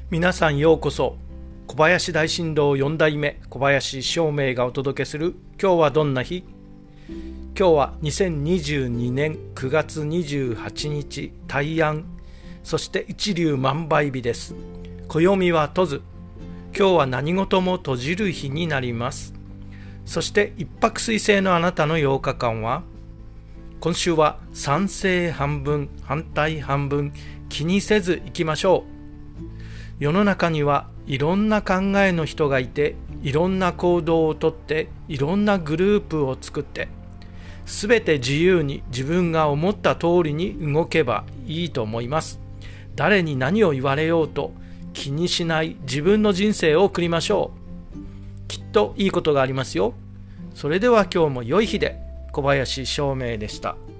皆さんようこそ。小林大震動4代目小林照明がお届けする今日はどんな日。今日は2022年9月28日大安、そして一粒万倍日です。暦は問ず。今日は何事も閉じる日になります。そして一泊水星のあなたの8日間は、今週は賛成半分反対半分、気にせずいきましょう。世の中にはいろんな考えの人がいて、いろんな行動をとって、いろんなグループを作って、すべて自由に自分が思った通りに動けばいいと思います。誰に何を言われようと気にしない自分の人生を送りましょう。きっといいことがありますよ。それでは今日も良い日で。小林照明でした。